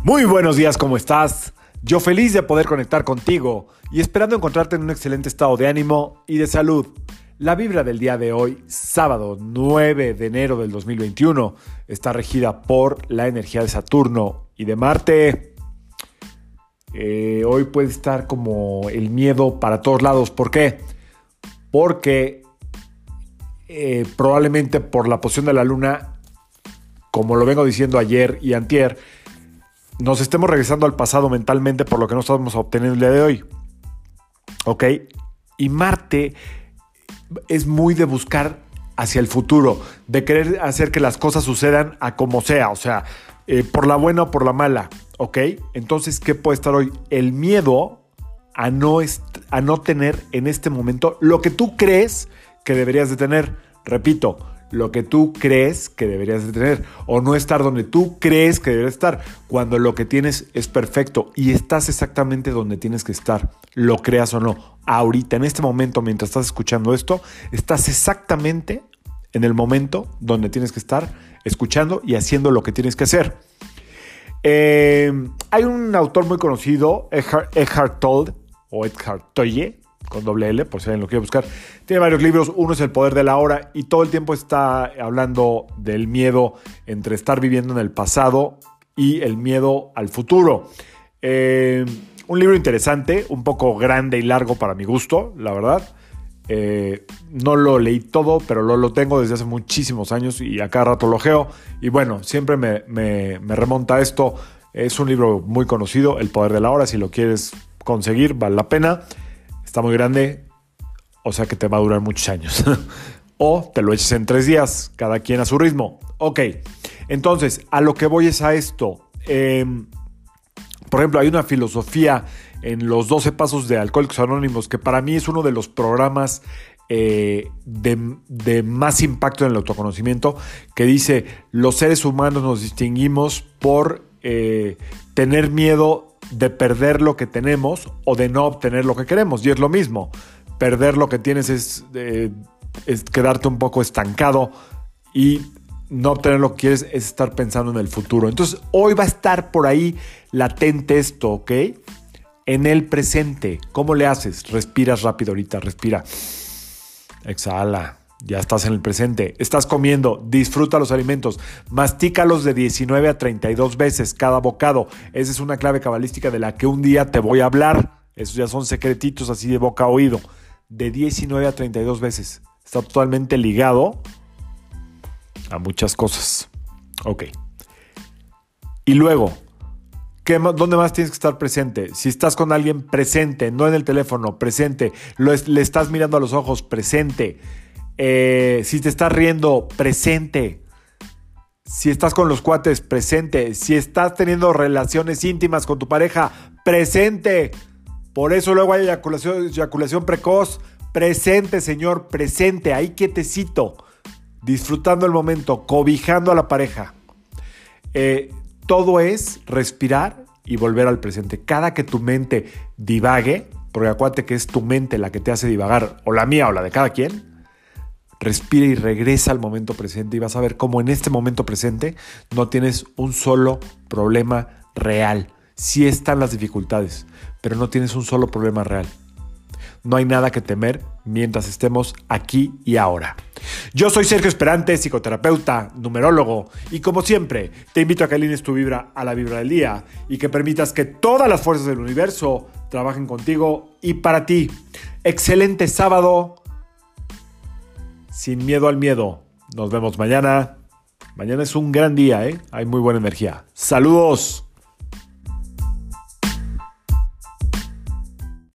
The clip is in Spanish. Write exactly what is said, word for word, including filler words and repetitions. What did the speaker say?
Muy buenos días, ¿cómo estás? Yo feliz de poder conectar contigo y esperando encontrarte en un excelente estado de ánimo y de salud. La vibra del día de hoy, sábado nueve de enero del dos mil veintiuno, está regida por la energía de Saturno y de Marte. Eh, hoy puede estar como el miedo para todos lados. ¿Por qué? Porque eh, probablemente por la posición de la luna, como lo vengo diciendo ayer y antier, nos estemos regresando al pasado mentalmente por lo que no estamos obteniendo el día de hoy. ¿Ok? Y Marte es muy de buscar hacia el futuro, de querer hacer que las cosas sucedan a como sea, o sea, eh, por la buena o por la mala. ¿Ok? Entonces, ¿qué puede estar hoy? El miedo a no, est- a no tener en este momento lo que tú crees que deberías de tener. Repito, lo que tú crees que deberías de tener, o no estar donde tú crees que deberías estar, cuando lo que tienes es perfecto y estás exactamente donde tienes que estar, lo creas o no. Ahorita, en este momento, mientras estás escuchando esto, estás exactamente en el momento donde tienes que estar, escuchando y haciendo lo que tienes que hacer. Eh, hay un autor muy conocido, Eckhart, Eckhart Tolle, o Eckhart Tolle, con doble L, por si alguien lo quiere buscar. Tiene varios libros, uno es El Poder de la Hora, y todo el tiempo está hablando del miedo entre estar viviendo en el pasado y el miedo al futuro. Eh, un libro interesante, un poco grande y largo para mi gusto, la verdad. Eh, no lo leí todo, pero lo, lo tengo desde hace muchísimos años y a cada rato lo ojeo. Y bueno, siempre me, me, me remonta a esto. Es un libro muy conocido, El Poder de la Hora. Si lo quieres conseguir, vale la pena. Está muy grande, o sea que te va a durar muchos años. O te lo eches en tres días, cada quien a su ritmo. Ok, entonces, a lo que voy es a esto. Eh, por ejemplo, hay una filosofía en los doce Pasos de Alcohólicos Anónimos que para mí es uno de los programas eh, de, de más impacto en el autoconocimiento, que dice: los seres humanos nos distinguimos por eh, tener miedo de perder lo que tenemos o de no obtener lo que queremos. Y es lo mismo. Perder lo que tienes es, eh, es quedarte un poco estancado, y no obtener lo que quieres es estar pensando en el futuro. Entonces, hoy va a estar por ahí latente esto, ¿ok? En el presente. ¿Cómo le haces? Respiras rápido ahorita, respira. Exhala. Ya estás en el presente. Estás comiendo. Disfruta los alimentos. Mastícalos de diecinueve a treinta y dos veces cada bocado. Esa es una clave cabalística de la que un día te voy a hablar. Esos ya son secretitos así de boca a oído. De diecinueve a treinta y dos veces. Está totalmente ligado a muchas cosas. Ok. Y luego, ¿qué, ¿dónde más tienes que estar presente? Si estás con alguien, presente. No en el teléfono, presente. Lo es, le estás mirando a los ojos, presente. Eh, si te estás riendo, presente. Si estás con los cuates, presente. Si estás teniendo relaciones íntimas con tu pareja, presente. Por eso luego hay eyaculación, eyaculación precoz. Presente, señor, presente. Ahí quietecito, disfrutando el momento, cobijando a la pareja. Eh, todo es respirar y volver al presente. Cada que tu mente divague, porque acuérdate que es tu mente la que te hace divagar, o la mía o la de cada quien, respira y regresa al momento presente y vas a ver cómo en este momento presente no tienes un solo problema real. Sí están las dificultades, pero no tienes un solo problema real. No hay nada que temer mientras estemos aquí y ahora. Yo soy Sergio Esperante, psicoterapeuta, numerólogo, y como siempre, te invito a que alines tu vibra a la vibra del día y que permitas que todas las fuerzas del universo trabajen contigo y para ti. Excelente sábado. Sin miedo al miedo. Nos vemos mañana. Mañana es un gran día, ¿eh? Hay muy buena energía. ¡Saludos!